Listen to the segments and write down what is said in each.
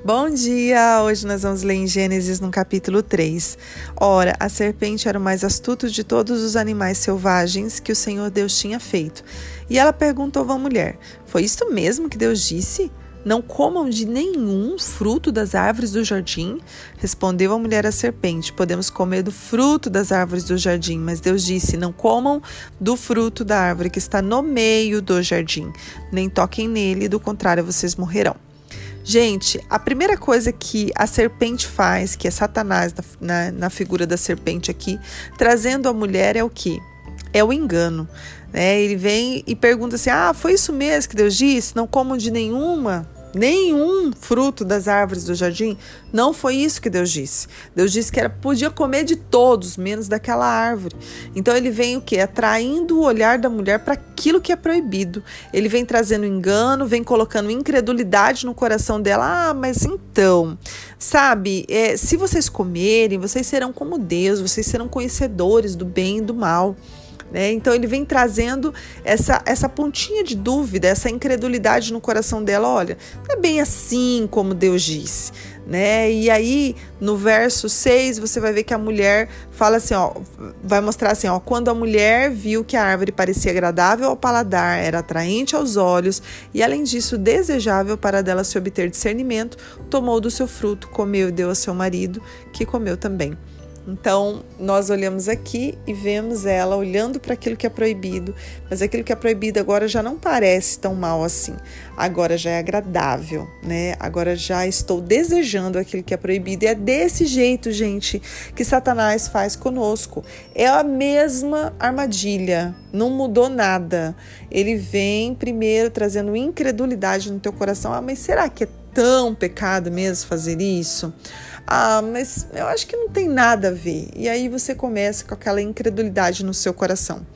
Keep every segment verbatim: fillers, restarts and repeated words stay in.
Bom dia! Hoje nós vamos ler em Gênesis no capítulo três. Ora, a serpente era o mais astuto de todos os animais selvagens que o Senhor Deus tinha feito. E ela perguntou à mulher: foi isto mesmo que Deus disse? Não comam de nenhum fruto das árvores do jardim? Respondeu a mulher à serpente: podemos comer do fruto das árvores do jardim, mas Deus disse: não comam do fruto da árvore que está no meio do jardim, nem toquem nele, do contrário vocês morrerão. Gente, a primeira coisa que a serpente faz, que é Satanás na, na figura da serpente aqui, trazendo a mulher, é o quê? É o engano, né? Ele vem e pergunta assim: ah, foi isso mesmo que Deus disse? Não comam de nenhuma, nenhum fruto das árvores do jardim? Não foi isso que Deus disse. Deus disse que era, podia comer de todos, menos daquela árvore. Então ele vem o quê? Atraindo o olhar da mulher para aquilo que é proibido. Ele vem trazendo engano, vem colocando incredulidade no coração dela. Ah, mas então, sabe, é, se vocês comerem, vocês serão como Deus, vocês serão conhecedores do bem e do mal. Né? Então ele vem trazendo essa, essa pontinha de dúvida, essa incredulidade no coração dela. Olha, não é bem assim como Deus disse, né? E aí no verso seis você vai ver que a mulher fala assim, ó, vai mostrar assim, ó, quando a mulher viu que a árvore parecia agradável ao paladar, era atraente aos olhos e além disso desejável para dela se obter discernimento, tomou do seu fruto, comeu e deu a seu marido, que comeu também. Então, nós olhamos aqui e vemos ela olhando para aquilo que é proibido, mas aquilo que é proibido agora já não parece tão mal assim, agora já é agradável, né? Agora já estou desejando aquilo que é proibido e é desse jeito, gente, que Satanás faz conosco. É a mesma armadilha, não mudou nada. Ele vem primeiro trazendo incredulidade no teu coração. Ah, mas será que é tão pecado mesmo fazer isso? Ah, mas eu acho que não tem nada a ver. E aí você começa com aquela incredulidade no seu coração.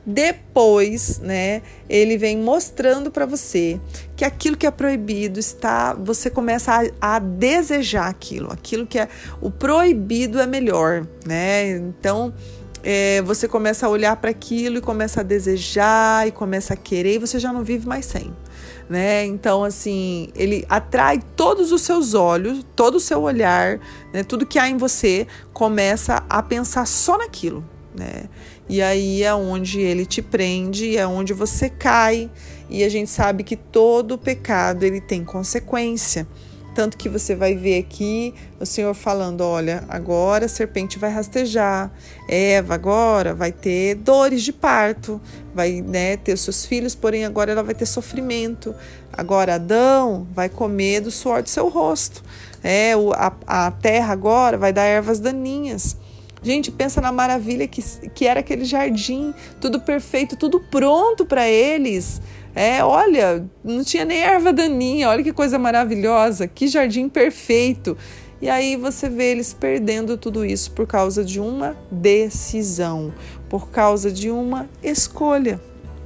Depois, né, ele vem mostrando para você que aquilo que é proibido está, você começa a, a desejar aquilo, aquilo que é o proibido é melhor, né? Então, é, você começa a olhar para aquilo e começa a desejar e começa a querer e você já não vive mais sem. Né? Então, assim, ele atrai todos os seus olhos, todo o seu olhar, né? Tudo que há em você começa a pensar só naquilo, né? E aí é onde ele te prende, é onde você cai, e a gente sabe que todo pecado ele tem consequência. Tanto que você vai ver aqui o Senhor falando, olha, agora a serpente vai rastejar, Eva agora vai ter dores de parto, vai, né, ter os seus filhos, porém agora ela vai ter sofrimento. Agora Adão vai comer do suor do seu rosto. É, o, a, a terra agora vai dar ervas daninhas. Gente, pensa na maravilha que, que era aquele jardim, tudo perfeito, tudo pronto para eles. É, olha, não tinha nem erva daninha, olha que coisa maravilhosa, que jardim perfeito. E aí você vê eles perdendo tudo isso por causa de uma decisão, por causa de uma escolha.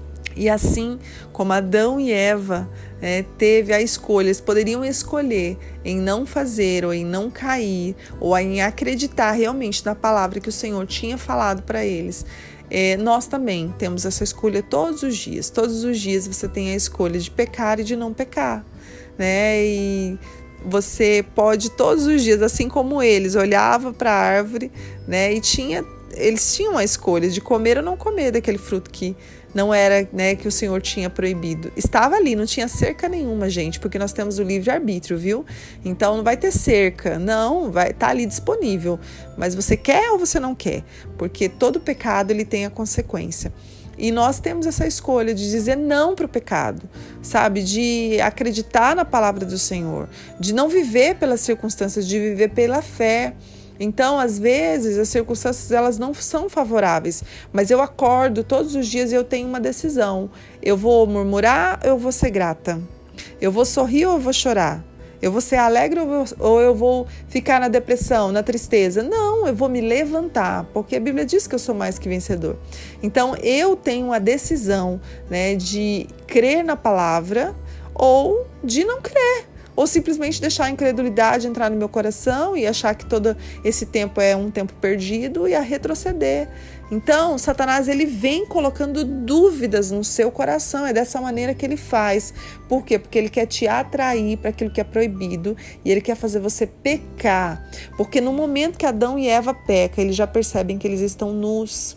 E assim como Adão e Eva é, teve a escolha, eles poderiam escolher em não fazer ou em não cair ou em acreditar realmente na palavra que o Senhor tinha falado para eles. É, nós também temos essa escolha todos os dias. Todos os dias você tem a escolha de pecar e de não pecar, né? E você pode todos os dias, assim como eles, olhava para a árvore, né? E tinha, eles tinham a escolha de comer ou não comer daquele fruto que não era, né, que o Senhor tinha proibido. Estava ali, não tinha cerca nenhuma, gente, porque nós temos o livre-arbítrio, viu? Então não vai ter cerca, não, vai estar ali disponível. Mas você quer ou você não quer? Porque todo pecado ele tem a consequência. E nós temos essa escolha de dizer não para o pecado, sabe? De acreditar na palavra do Senhor, de não viver pelas circunstâncias, de viver pela fé. Então, às vezes, as circunstâncias elas não são favoráveis, mas eu acordo todos os dias e eu tenho uma decisão. Eu vou murmurar ou eu vou ser grata? Eu vou sorrir ou eu vou chorar? Eu vou ser alegre ou eu, vou, ou eu vou ficar na depressão, na tristeza? Não, eu vou me levantar, porque a Bíblia diz que eu sou mais que vencedor. Então, eu tenho a decisão, né, de crer na palavra ou de não crer. Ou simplesmente deixar a incredulidade entrar no meu coração e achar que todo esse tempo é um tempo perdido e a retroceder. Então, Satanás, ele vem colocando dúvidas no seu coração, é dessa maneira que ele faz. Por quê? Porque ele quer te atrair para aquilo que é proibido e ele quer fazer você pecar. Porque no momento que Adão e Eva pecam, eles já percebem que eles estão nus.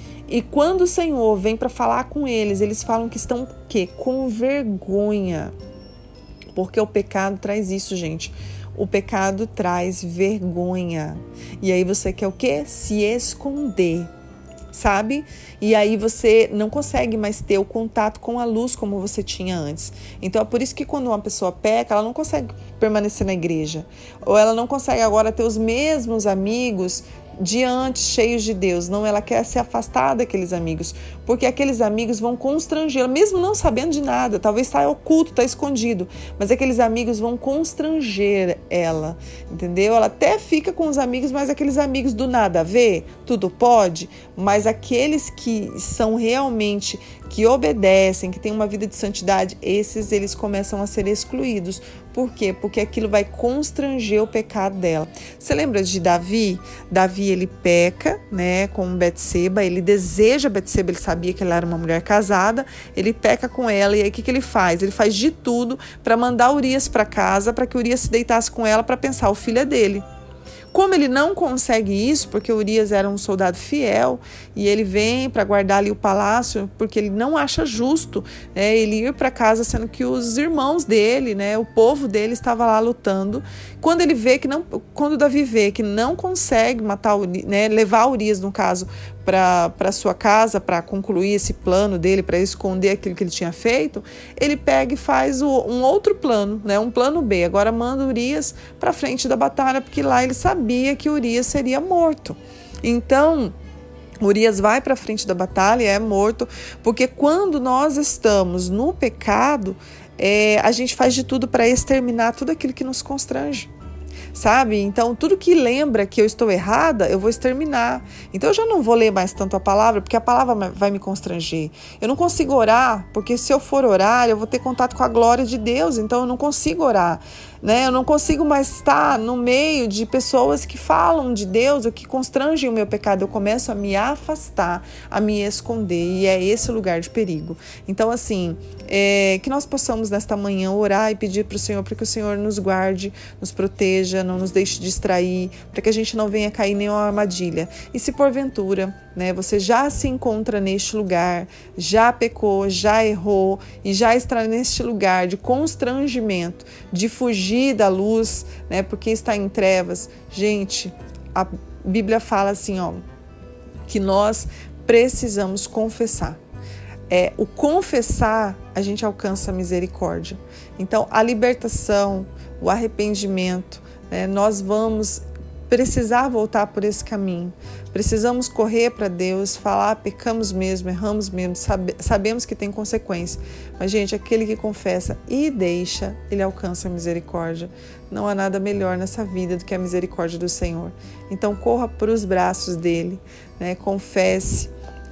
E quando o Senhor vem para falar com eles, eles falam que estão o quê? Com vergonha. Porque o pecado traz isso, gente. O pecado traz vergonha. E aí você quer o quê? Se esconder, sabe? E aí você não consegue mais ter o contato com a luz como você tinha antes. Então é por isso que quando uma pessoa peca, ela não consegue permanecer na igreja. Ou ela não consegue agora ter os mesmos amigos de antes, cheios de Deus. Não, ela quer se afastar daqueles amigos, porque aqueles amigos vão constrangê-la, mesmo não sabendo de nada, talvez está oculto, está escondido, mas aqueles amigos vão constranger ela, entendeu? Ela até fica com os amigos, mas aqueles amigos do nada a ver, tudo pode, mas aqueles que são realmente, que obedecem, que têm uma vida de santidade, esses eles começam a ser excluídos. Por quê? Porque aquilo vai constranger o pecado dela. Você lembra de Davi? Davi, ele peca, né, com Betseba, ele deseja Betseba, ele sabia que ela era uma mulher casada, ele peca com ela, e aí o que, que ele faz? Ele faz de tudo para mandar Urias para casa, para que Urias se deitasse com ela, para pensar, o filho é dele. Como ele não consegue isso, porque Urias era um soldado fiel e ele vem para guardar ali o palácio, porque ele não acha justo, né, ele ir para casa, sendo que os irmãos dele, né, o povo dele estava lá lutando. Quando ele vê que não, quando Davi vê que não consegue matar, né, levar Urias, no caso, para sua casa, para concluir esse plano dele, para esconder aquilo que ele tinha feito, ele pega e faz o, um outro plano, né, um plano B. Agora manda Urias para frente da batalha, porque lá ele sabia que Urias seria morto. Então, Urias vai para frente da batalha e é morto, porque quando nós estamos no pecado, é, a gente faz de tudo para exterminar tudo aquilo que nos constrange. Sabe? Então, tudo que lembra que eu estou errada, eu vou exterminar. Então, eu já não vou ler mais tanto a palavra, porque a palavra vai me constranger. Eu não consigo orar, porque se eu for orar, eu vou ter contato com a glória de Deus. Então, eu não consigo orar, né? Eu não consigo mais estar no meio de pessoas que falam de Deus ou que constrangem o meu pecado. Eu começo a me afastar, a me esconder, e é esse o lugar de perigo. Então, assim, é, que nós possamos nesta manhã orar e pedir para o Senhor, para que o Senhor nos guarde, nos proteja, não nos deixe distrair, para que a gente não venha cair em nenhuma armadilha. E se porventura, né, você já se encontra neste lugar, já pecou, já errou e já está neste lugar de constrangimento, de fugir da luz, né, porque está em trevas, gente, a Bíblia fala assim, ó, que nós precisamos confessar. É, o confessar, a gente alcança a misericórdia. Então, a libertação, o arrependimento, né, nós vamos precisar voltar por esse caminho. Precisamos correr para Deus, falar, pecamos mesmo, erramos mesmo, sabe, sabemos que tem consequência. Mas, gente, aquele que confessa e deixa, ele alcança a misericórdia. Não há nada melhor nessa vida do que a misericórdia do Senhor. Então, corra para os braços dele, né, confesse.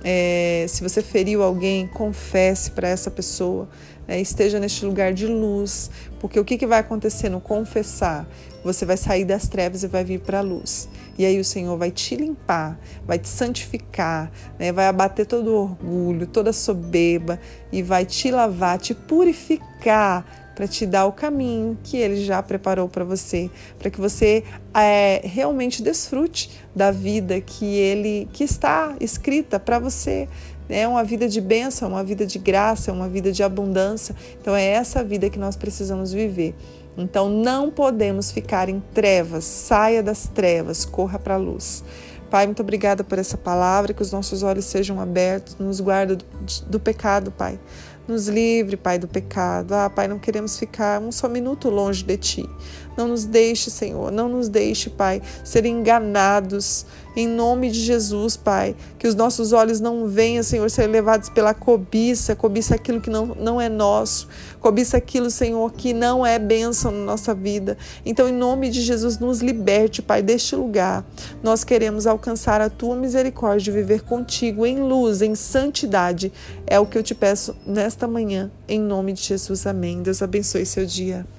É, se você feriu alguém, confesse para essa pessoa, né, esteja neste lugar de luz, porque o que, que vai acontecer no confessar? Você vai sair das trevas e vai vir para a luz. E aí o Senhor vai te limpar, vai te santificar, né, vai abater todo o orgulho, toda a soberba e vai te lavar, te purificar, para te dar o caminho que Ele já preparou para você, para que você é, realmente desfrute da vida que Ele que está escrita para você. É uma vida de bênção, uma vida de graça, uma vida de abundância. Então é essa vida que nós precisamos viver. Então não podemos ficar em trevas, saia das trevas, corra para a luz. Pai, muito obrigada por essa palavra, que os nossos olhos sejam abertos, nos guarda do, do pecado, Pai. Nos livre, Pai, do pecado. Ah, Pai, não queremos ficar um só minuto longe de Ti. Não nos deixe, Senhor, não nos deixe, Pai, ser enganados. Em nome de Jesus, Pai, que os nossos olhos não venham, Senhor, ser levados pela cobiça, cobiça aquilo que não, não é nosso, cobiça aquilo, Senhor, que não é bênção na nossa vida. Então, em nome de Jesus, nos liberte, Pai, deste lugar. Nós queremos alcançar a Tua misericórdia, viver contigo em luz, em santidade. É o que eu te peço nesta manhã, em nome de Jesus. Amém. Deus abençoe seu dia.